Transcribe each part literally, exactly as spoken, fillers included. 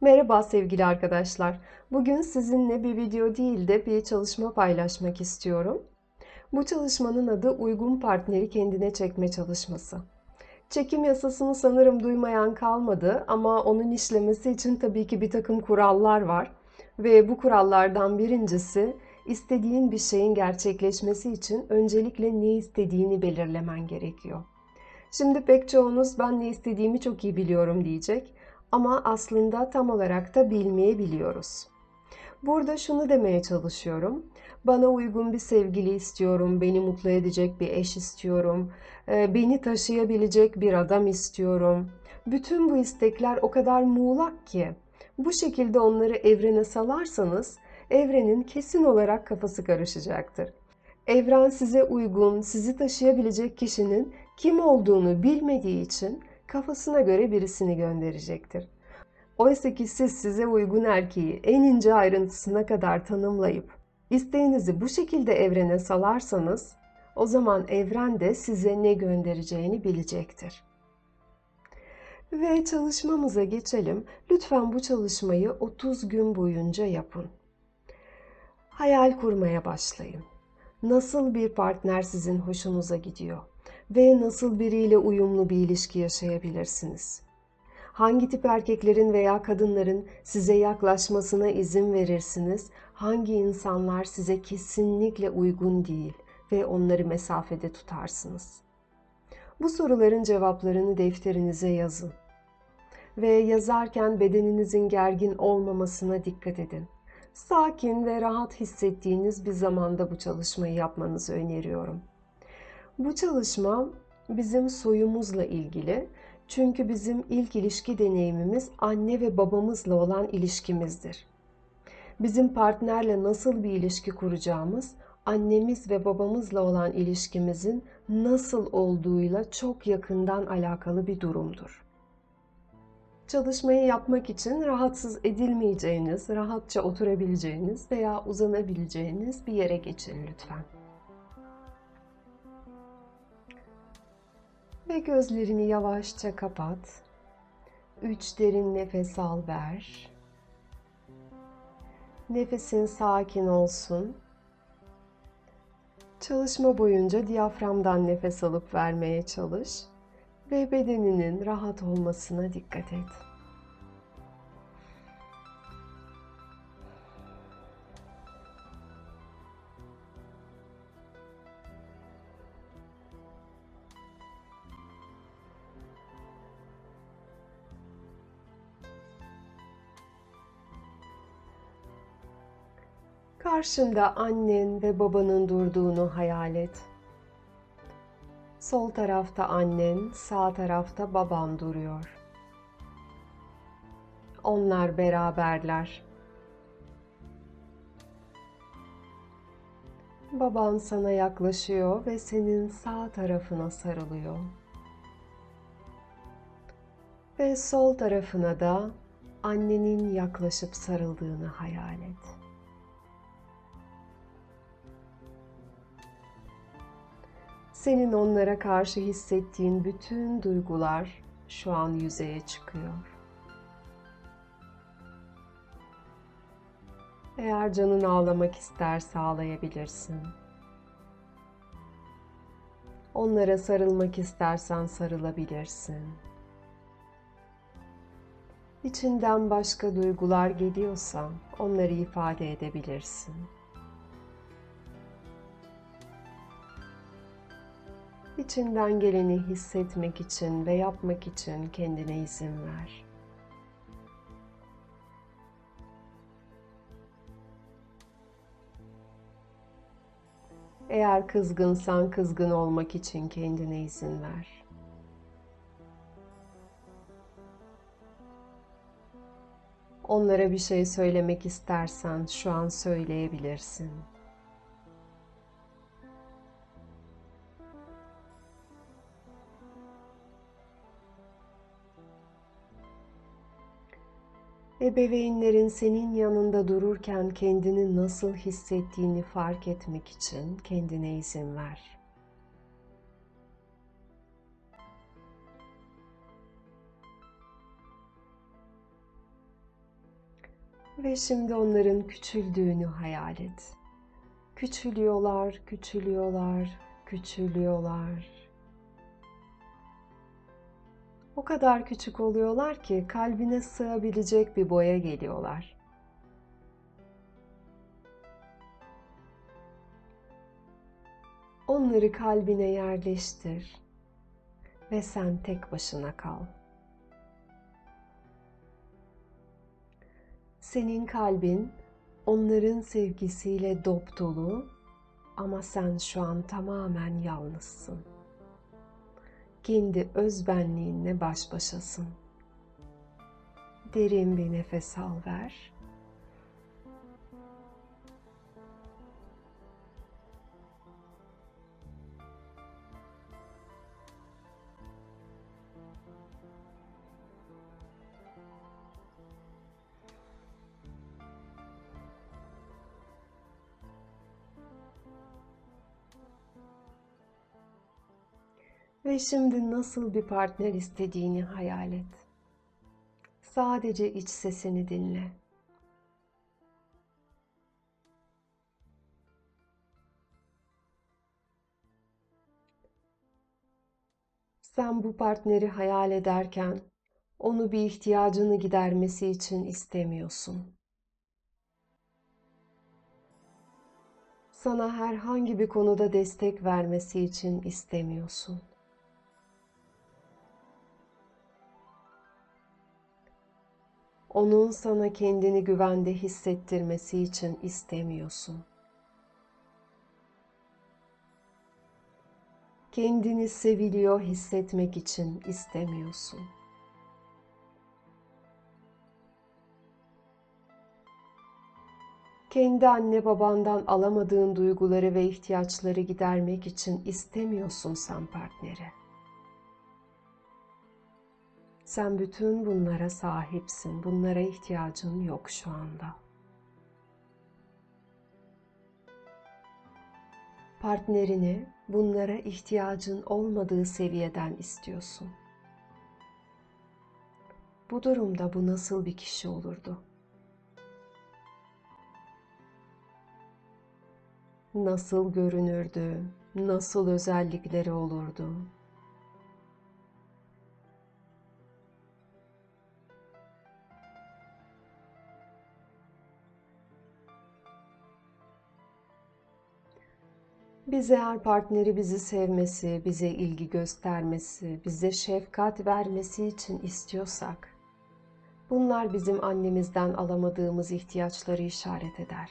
Merhaba sevgili arkadaşlar. Bugün sizinle bir video değil de bir çalışma paylaşmak istiyorum. Bu çalışmanın adı uygun partneri kendine çekme çalışması. Çekim yasasını sanırım duymayan kalmadı ama onun işlemesi için tabii ki bir takım kurallar var. Ve bu kurallardan birincisi, istediğin bir şeyin gerçekleşmesi için öncelikle ne istediğini belirlemen gerekiyor. Şimdi pek çoğunuz ben ne istediğimi çok iyi biliyorum diyecek ama aslında tam olarak da bilmeyebiliyoruz. Burada şunu demeye çalışıyorum. Bana uygun bir sevgili istiyorum, beni mutlu edecek bir eş istiyorum, e, beni taşıyabilecek bir adam istiyorum. Bütün bu istekler o kadar muğlak ki bu şekilde onları evrene salarsanız evrenin kesin olarak kafası karışacaktır. Evren size uygun, sizi taşıyabilecek kişinin kim olduğunu bilmediği için kafasına göre birisini gönderecektir. Oysa ki siz size uygun erkeği en ince ayrıntısına kadar tanımlayıp isteğinizi bu şekilde evrene salarsanız o zaman evren de size ne göndereceğini bilecektir. Ve çalışmamıza geçelim. Lütfen bu çalışmayı otuz gün boyunca yapın. Hayal kurmaya başlayın. Nasıl bir partner sizin hoşunuza gidiyor ve nasıl biriyle uyumlu bir ilişki yaşayabilirsiniz? Hangi tip erkeklerin veya kadınların size yaklaşmasına izin verirsiniz? Hangi insanlar size kesinlikle uygun değil ve onları mesafede tutarsınız? Bu soruların cevaplarını defterinize yazın. Ve yazarken bedeninizin gergin olmamasına dikkat edin. Sakin ve rahat hissettiğiniz bir zamanda bu çalışmayı yapmanızı öneriyorum. Bu çalışma bizim soyumuzla ilgili. Çünkü bizim ilk ilişki deneyimimiz anne ve babamızla olan ilişkimizdir. Bizim partnerle nasıl bir ilişki kuracağımız, annemiz ve babamızla olan ilişkimizin nasıl olduğuyla çok yakından alakalı bir durumdur. Çalışmayı yapmak için rahatsız edilmeyeceğiniz, rahatça oturabileceğiniz veya uzanabileceğiniz bir yere geçin lütfen. Ve gözlerini yavaşça kapat. Üç derin nefes al ver. Nefesin sakin olsun. Çalışma boyunca diyaframdan nefes alıp vermeye çalış ve bedeninin rahat olmasına dikkat et. Karşında annen ve babanın durduğunu hayal et. Sol tarafta annen, sağ tarafta baban duruyor. Onlar beraberler. Baban sana yaklaşıyor ve senin sağ tarafına sarılıyor. Ve sol tarafına da annenin yaklaşıp sarıldığını hayal et. Senin onlara karşı hissettiğin bütün duygular şu an yüzeye çıkıyor. Eğer canın ağlamak isterse ağlayabilirsin. Onlara sarılmak istersen sarılabilirsin. İçinden başka duygular geliyorsa onları ifade edebilirsin. İçinden geleni hissetmek için ve yapmak için kendine izin ver. Eğer kızgınsan kızgın olmak için kendine izin ver. Onlara bir şey söylemek istersen şu an söyleyebilirsin. Ebeveynlerin senin yanında dururken kendini nasıl hissettiğini fark etmek için kendine izin ver. Ve şimdi onların küçüldüğünü hayal et. Küçülüyorlar, küçülüyorlar, küçülüyorlar. O kadar küçük oluyorlar ki kalbine sığabilecek bir boya geliyorlar. Onları kalbine yerleştir ve sen tek başına kal. Senin kalbin onların sevgisiyle dop dolu ama sen şu an tamamen yalnızsın. Kendi özbenliğinle baş başasın. Derin bir nefes al ver. Ve şimdi nasıl bir partner istediğini hayal et. Sadece iç sesini dinle. Sen bu partneri hayal ederken onu bir ihtiyacını gidermesi için istemiyorsun. Sana herhangi bir konuda destek vermesi için istemiyorsun. Onun sana kendini güvende hissettirmesi için istemiyorsun. Kendini seviliyor hissetmek için istemiyorsun. Kendi anne babandan alamadığın duyguları ve ihtiyaçları gidermek için istemiyorsun sen partneri. Sen bütün bunlara sahipsin. Bunlara ihtiyacın yok şu anda. Partnerini bunlara ihtiyacın olmadığı seviyeden istiyorsun. Bu durumda bu nasıl bir kişi olurdu? Nasıl görünürdü? Nasıl özellikleri olurdu? Biz eğer partneri bizi sevmesi, bize ilgi göstermesi, bize şefkat vermesi için istiyorsak, bunlar bizim annemizden alamadığımız ihtiyaçları işaret eder.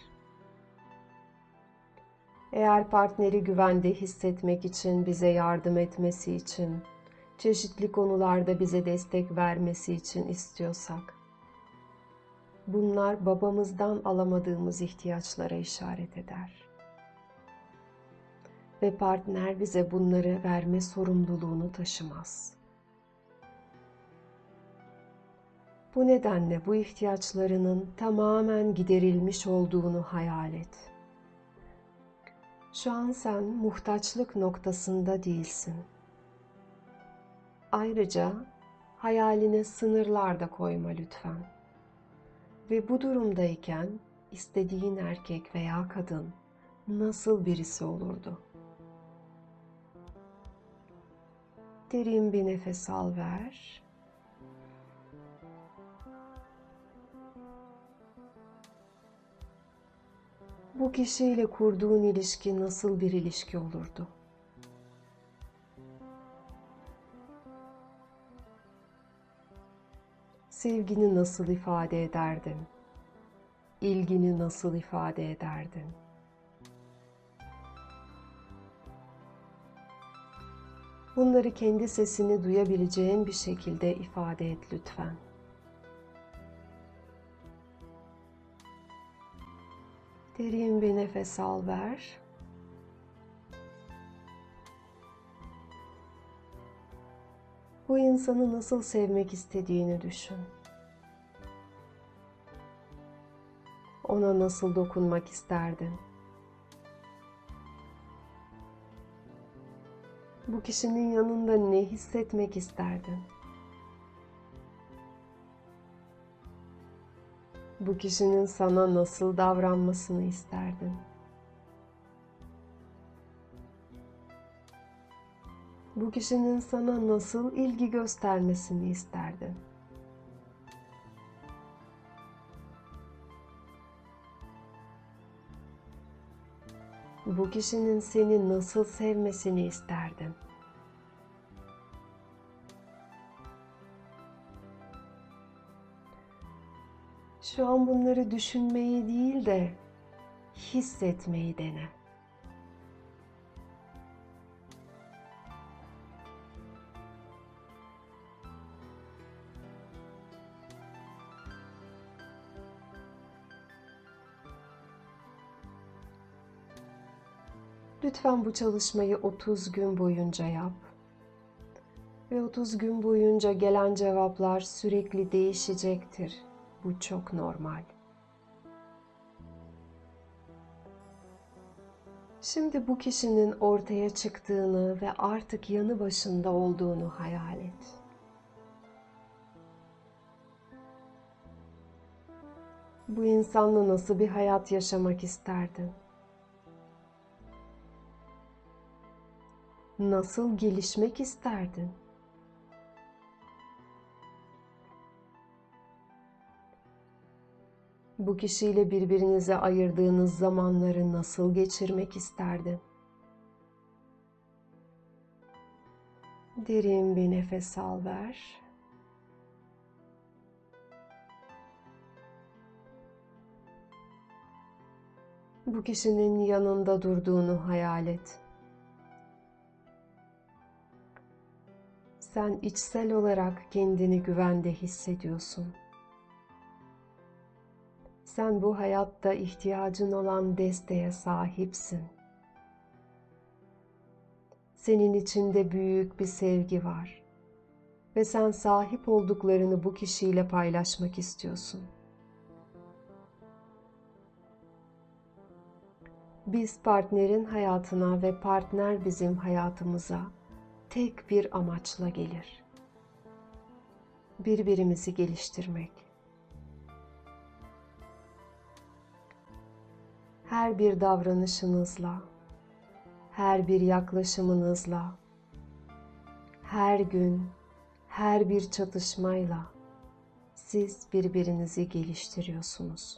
Eğer partneri güvende hissetmek için, bize yardım etmesi için, çeşitli konularda bize destek vermesi için istiyorsak, bunlar babamızdan alamadığımız ihtiyaçlara işaret eder. Ve partner bize bunları verme sorumluluğunu taşımaz. Bu nedenle bu ihtiyaçlarının tamamen giderilmiş olduğunu hayal et. Şu an sen muhtaçlık noktasında değilsin. Ayrıca hayaline sınırlar da koyma lütfen. Ve bu durumdayken istediğin erkek veya kadın nasıl birisi olurdu? Derin bir nefes al ver. Bu kişiyle kurduğun ilişki nasıl bir ilişki olurdu? Sevgini nasıl ifade ederdin? İlgini nasıl ifade ederdin? Bunları kendi sesini duyabileceğin bir şekilde ifade et lütfen. Derin bir nefes al ver. Bu insanı nasıl sevmek istediğini düşün. Ona nasıl dokunmak isterdin? Bu kişinin yanında ne hissetmek isterdin? Bu kişinin sana nasıl davranmasını isterdin? Bu kişinin sana nasıl ilgi göstermesini isterdin? Bu kişinin seni nasıl sevmesini isterdin? Şu an bunları düşünmeyi değil de hissetmeyi dene. Lütfen bu çalışmayı otuz gün boyunca yap. Ve otuz gün boyunca gelen cevaplar sürekli değişecektir. Bu çok normal. Şimdi bu kişinin ortaya çıktığını ve artık yanı başında olduğunu hayal et. Bu insanla nasıl bir hayat yaşamak isterdin? Nasıl gelişmek isterdin? Bu kişiyle birbirinize ayırdığınız zamanları nasıl geçirmek isterdin? Derin bir nefes al ver. Bu kişinin yanında durduğunu hayal et. Sen içsel olarak kendini güvende hissediyorsun. Sen bu hayatta ihtiyacın olan desteğe sahipsin. Senin içinde büyük bir sevgi var ve sen sahip olduklarını bu kişiyle paylaşmak istiyorsun. Biz partnerin hayatına ve partner bizim hayatımıza tek bir amaçla gelir. Birbirimizi geliştirmek. Her bir davranışınızla, her bir yaklaşımınızla, her gün, her bir çatışmayla siz birbirinizi geliştiriyorsunuz.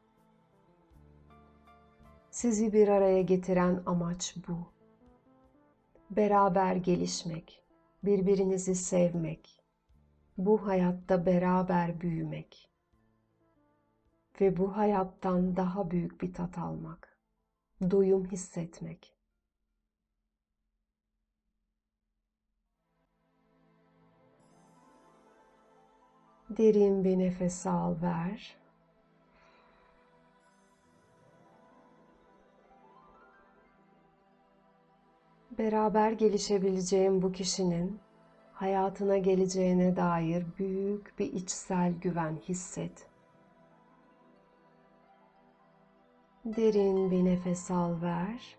Sizi bir araya getiren amaç bu. Beraber gelişmek, birbirinizi sevmek, bu hayatta beraber büyümek ve bu hayattan daha büyük bir tat almak, doyum hissetmek. Derin bir nefes al, ver. Beraber gelişebileceğin bu kişinin hayatına geleceğine dair büyük bir içsel güven hisset. Derin bir nefes al, ver.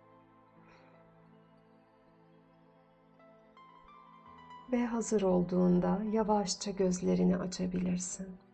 Ve hazır olduğunda yavaşça gözlerini açabilirsin.